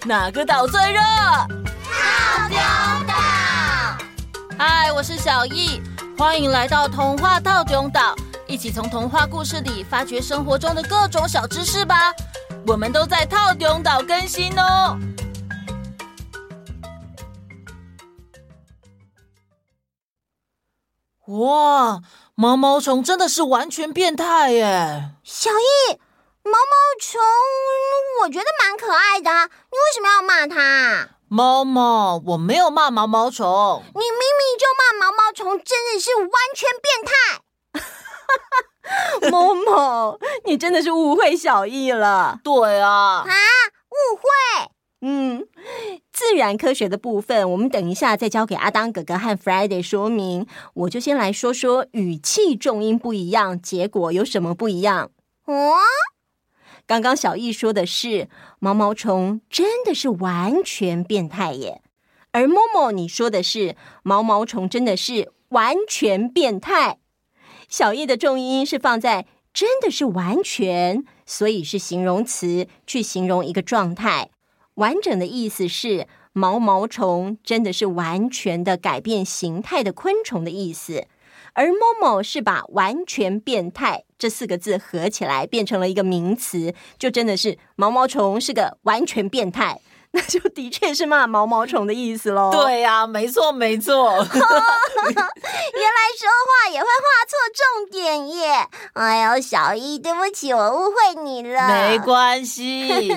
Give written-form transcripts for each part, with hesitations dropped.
哪个岛最热？ 套丢岛。 嗨，我是小艺，欢迎来到童话套丢岛，一起从童话故事里发掘生活中的各种小知识吧。我们都在套丢岛更新哦。哇，毛毛虫真的是完全变态耶！ 小艺，毛毛虫我觉得蛮可爱的啊，你为什么要骂它？ 猫猫，我没有骂毛毛虫。 你明明就骂毛毛虫，真的是完全变态。 某某，你真的是误会小艺了。 对啊， 误会。 自然科学的部分，我们等一下再交给阿当哥哥和 Friday 说明。我就先来说说语气重音不一样，结果有什么不一样？刚刚小艺说的是毛毛虫真的是完全变态耶，而某某你说的是毛毛虫真的是完全变态。小艺的重音是放在真的是完全，所以是形容词去形容一个状态。完整的意思是毛毛虫真的是完全的改变形态的昆虫的意思，而某某是把完全变态这4个字合起来变成了一个名词，就真的是毛毛虫是个完全变态，那就的确是骂毛毛虫的意思咯。 对啊，没错没错。 原来说话也会画错重点耶！哎呦，小艺，对不起，我误会你了。 没关系。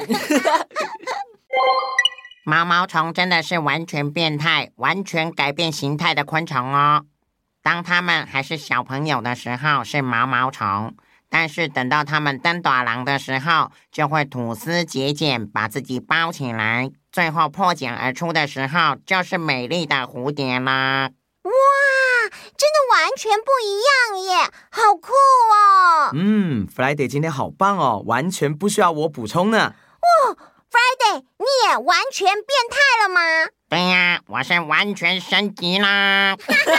毛毛虫真的是完全变态、完全改变形态的昆虫哦。当它们还是小朋友的时候是毛毛虫，但是等到它们登大人的时候，就会吐丝结茧，把自己包起来，最后破茧而出的时候，就是美丽的蝴蝶啦。 哇，真的完全不一样耶，好酷哦 ！Friday 今天好棒哦，完全不需要我补充呢。 Friday， 你也完全变态了吗？ 对呀，我是完全升级啦。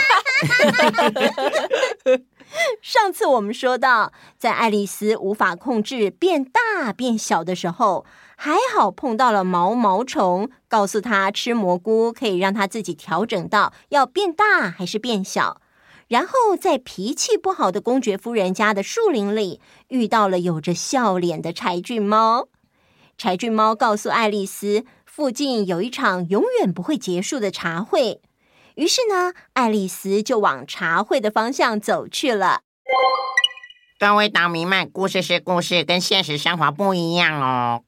上次我们说到，在爱丽丝无法控制变大变小的时候，还好碰到了毛毛虫，告诉她吃蘑菇可以让她自己调整到要变大还是变小。然后在脾气不好的公爵夫人家的树林里，遇到了有着笑脸的柴郡猫。柴郡猫告诉爱丽丝，附近有一场永远不会结束的茶会。于是呢，爱丽丝就往茶会的方向走去了。 各位岛民们，故事是故事，跟现实生活不一样哦。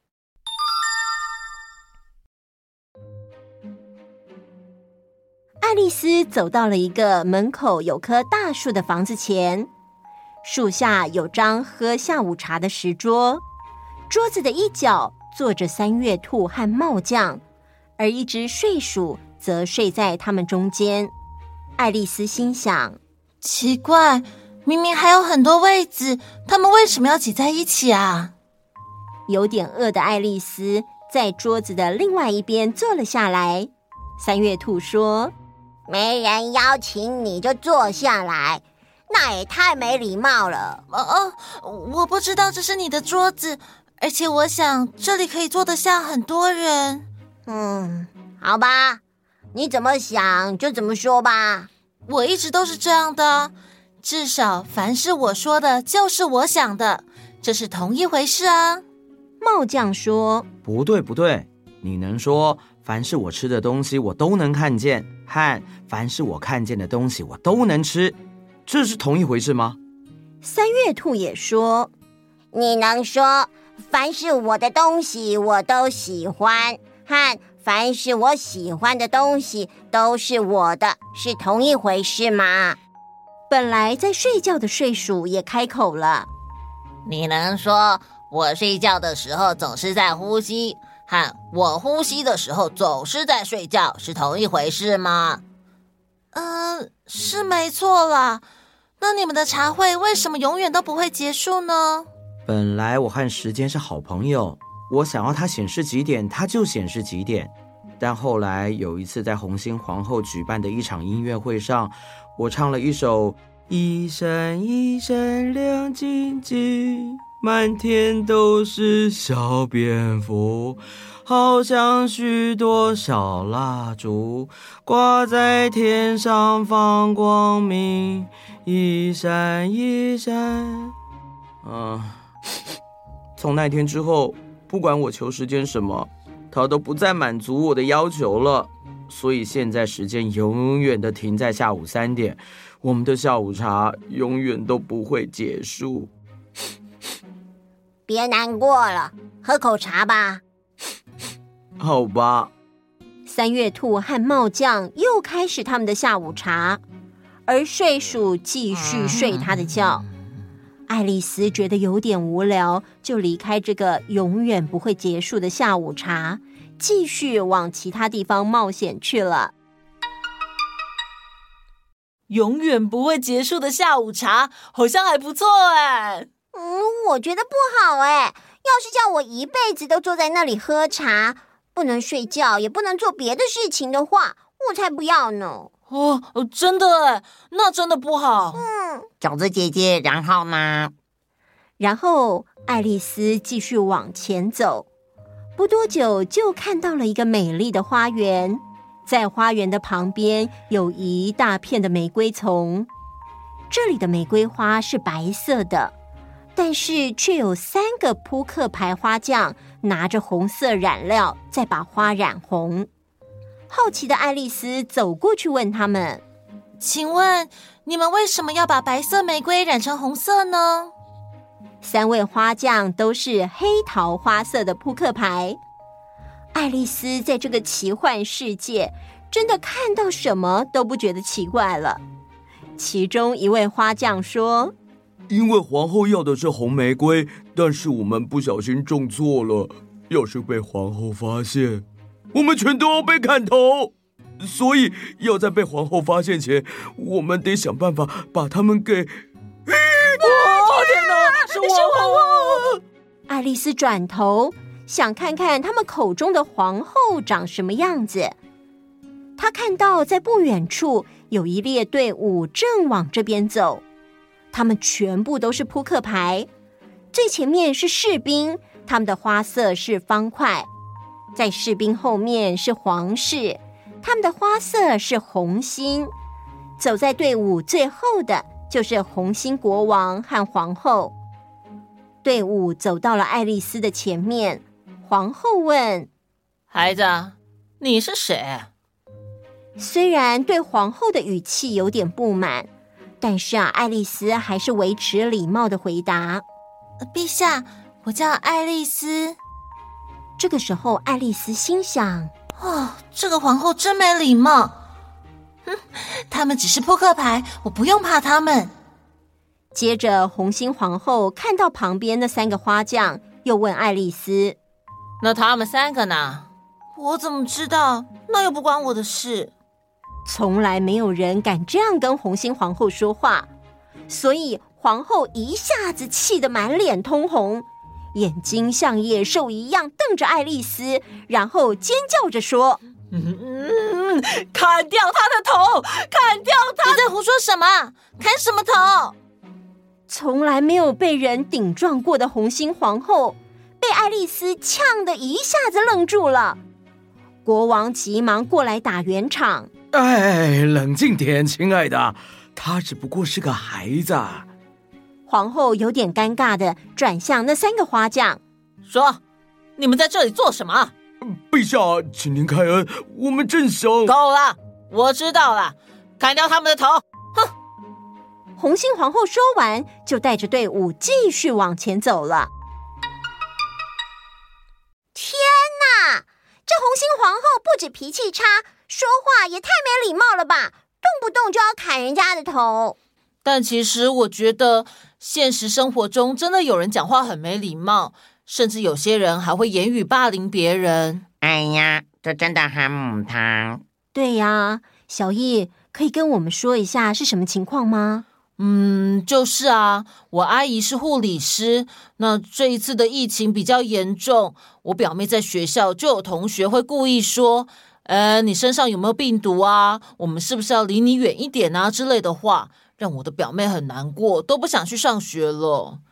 爱丽丝走到了一个门口有棵大树的房子前，树下有张喝下午茶的石桌，桌子的一角坐着3月兔和帽匠，而一只睡鼠则睡在他们中间。爱丽丝心想， 奇怪，明明还有很多位子，他们为什么要挤在一起啊？ 有点饿的爱丽丝在桌子的另外一边坐了下来。3月兔说， 没人邀请你就坐下来，那也太没礼貌了。 我不知道这是你的桌子，而且我想这里可以坐得下很多人。 好吧，你怎么想就怎么说吧。 我一直都是这样的，至少凡是我说的就是我想的，这是同一回事啊。 帽匠说， 不对，你能说凡是我吃的东西我都能看见，和凡是我看见的东西我都能吃，这是同一回事吗 ？3月兔也说， 你能说凡是我的东西我都喜欢，和凡是我喜欢的东西都是我的，是同一回事吗？ 本来在睡觉的睡鼠也开口了， 你能说我睡觉的时候总是在呼吸，和我呼吸的时候总是在睡觉是同一回事吗？是没错啦。那你们的茶会为什么永远都不会结束呢？ 本来我和时间是好朋友，我想要它显示几点它就显示几点，但后来有一次在红心皇后举办的一场音乐会上，我唱了一首一闪一闪亮晶晶， 满天都是小蝙蝠，好像许多小蜡烛，挂在天上放光明，一闪一闪。从那天之后，不管我求时间什么，他都不再满足我的要求了。所以现在时间永远的停在下午3点，我们的下午茶永远都不会结束。 别难过了，喝口茶吧。 好吧。 三月兔和帽匠又开始他们的下午茶，而睡鼠继续睡他的觉。爱丽丝觉得有点无聊，就离开这个永远不会结束的下午茶，继续往其他地方冒险去了。 永远不会结束的下午茶，好像还不错哎。 我觉得不好哎。要是叫我一辈子都坐在那里喝茶，不能睡觉，也不能做别的事情的话，我才不要呢。 真的哎，那真的不好。 饺子姐姐，然后呢？ 然后爱丽丝继续往前走，不多久就看到了一个美丽的花园。在花园的旁边有一大片的玫瑰丛，这里的玫瑰花是白色的，但是却有3个扑克牌花匠拿着红色染料在把花染红。好奇的爱丽丝走过去问他们： 请问你们为什么要把白色玫瑰染成红色呢 ？3位花匠都是黑桃花色的扑克牌。爱丽丝在这个奇幻世界真的看到什么都不觉得奇怪了。其中一位花匠说： 因为皇后要的是红玫瑰，但是我们不小心种错了，要是被皇后发现，我们全都要被砍头。所以要在被皇后发现前，我们得想办法把他们给…… 天哪，是皇后！ 爱丽丝转头想看看他们口中的皇后长什么样子。她看到在不远处有一列队伍正往这边走，他们全部都是扑克牌。最前面是士兵，他们的花色是方块。在士兵后面是皇室，他们的花色是红心。走在队伍最后的就是红心国王和皇后。队伍走到了爱丽丝的前面，皇后问： 孩子，你是谁？ 虽然对皇后的语气有点不满，但是爱丽丝还是维持礼貌的回答： 陛下，我叫爱丽丝。 这个时候爱丽丝心想： 这个皇后真没礼貌。他们只是扑克牌，我不用怕他们。 接着红心皇后看到旁边那3个花匠，又问爱丽丝： 那他们3个呢？我怎么知道？那又不关我的事。 从来没有人敢这样跟红心皇后说话，所以皇后一下子气得满脸通红，眼睛像野兽一样瞪着爱丽丝，然后尖叫着说： 砍掉他的头！砍掉他！你在胡说什么？砍什么头？ 从来没有被人顶撞过的红心皇后被爱丽丝呛得一下子愣住了。国王急忙过来打圆场： 冷静点，亲爱的，他只不过是个孩子。 皇后有点尴尬的转向那3个花匠， 说：你们在这里做什么？ 陛下，请您开恩，我们正想…… 够了，我知道了，砍掉他们的头！哼！ 红心皇后说完，就带着队伍继续往前走了。 天哪！这红心皇后不止脾气差，说话也太没礼貌了吧，动不动就要砍人家的头。 但其实我觉得现实生活中真的有人讲话很没礼貌，甚至有些人还会言语霸凌别人。 哎呀，这真的很母汤。 对呀，小易，可以跟我们说一下是什么情况吗？ 就是啊，我阿姨是护理师，那这一次的疫情比较严重，我表妹在学校就有同学会故意说，你身上有没有病毒啊？我们是不是要离你远一点啊？之类的话，让我的表妹很难过，都不想去上学了。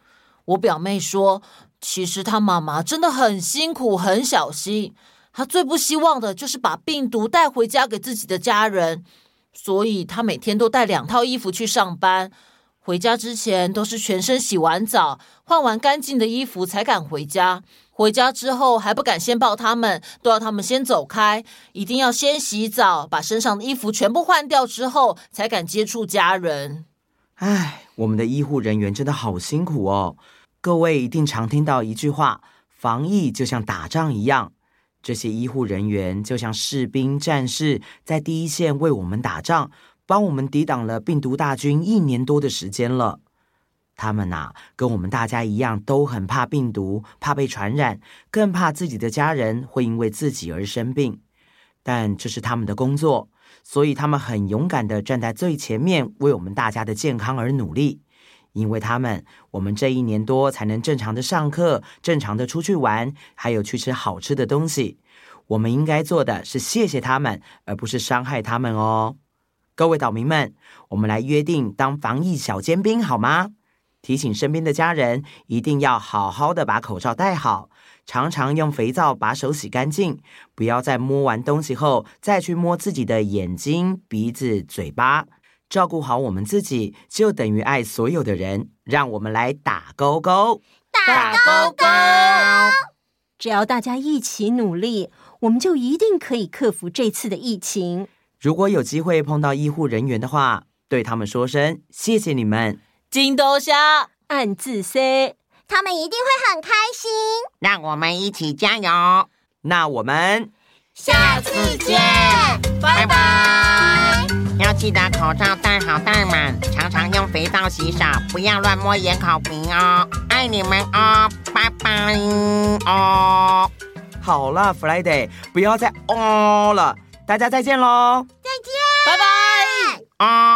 我表妹说，其实她妈妈真的很辛苦，很小心。她最不希望的就是把病毒带回家给自己的家人，所以她每天都带2套衣服去上班。回家之前都是全身洗完澡，换完干净的衣服才敢回家。回家之后还不敢先抱他们，都要他们先走开，一定要先洗澡，把身上的衣服全部换掉之后，才敢接触家人。 唉，我们的医护人员真的好辛苦哦。各位一定常听到一句话，防疫就像打仗一样。这些医护人员就像士兵战士，在第一线为我们打仗，帮我们抵挡了病毒大军1年多的时间了。他们跟我们大家一样，都很怕病毒，怕被传染，更怕自己的家人会因为自己而生病。但这是他们的工作，所以他们很勇敢地站在最前面，为我们大家的健康而努力。因为他们，我们这1年多才能正常的上课，正常的出去玩，还有去吃好吃的东西。我们应该做的是谢谢他们，而不是伤害他们哦。各位岛民们，我们来约定当防疫小尖兵好吗？提醒身边的家人一定要好好的把口罩戴好，常常用肥皂把手洗干净，不要在摸完东西后再去摸自己的眼睛、鼻子、嘴巴。照顾好我们自己，就等于爱所有的人。让我们来打勾勾， 打勾勾！ 只要大家一起努力，我们就一定可以克服这次的疫情。 如果有机会碰到医护人员的话，对他们说声谢谢你们。 金豆虾暗自 say， 他们一定会很开心。 让我们一起加油。 那我们下次见， 拜拜。要记得口罩戴好戴满，常常用肥皂洗手，不要乱摸眼口鼻哦。爱你们哦，拜拜哦。 好了 ，Friday， 不要再哦了，大家再见喽， 再见， 拜拜哦。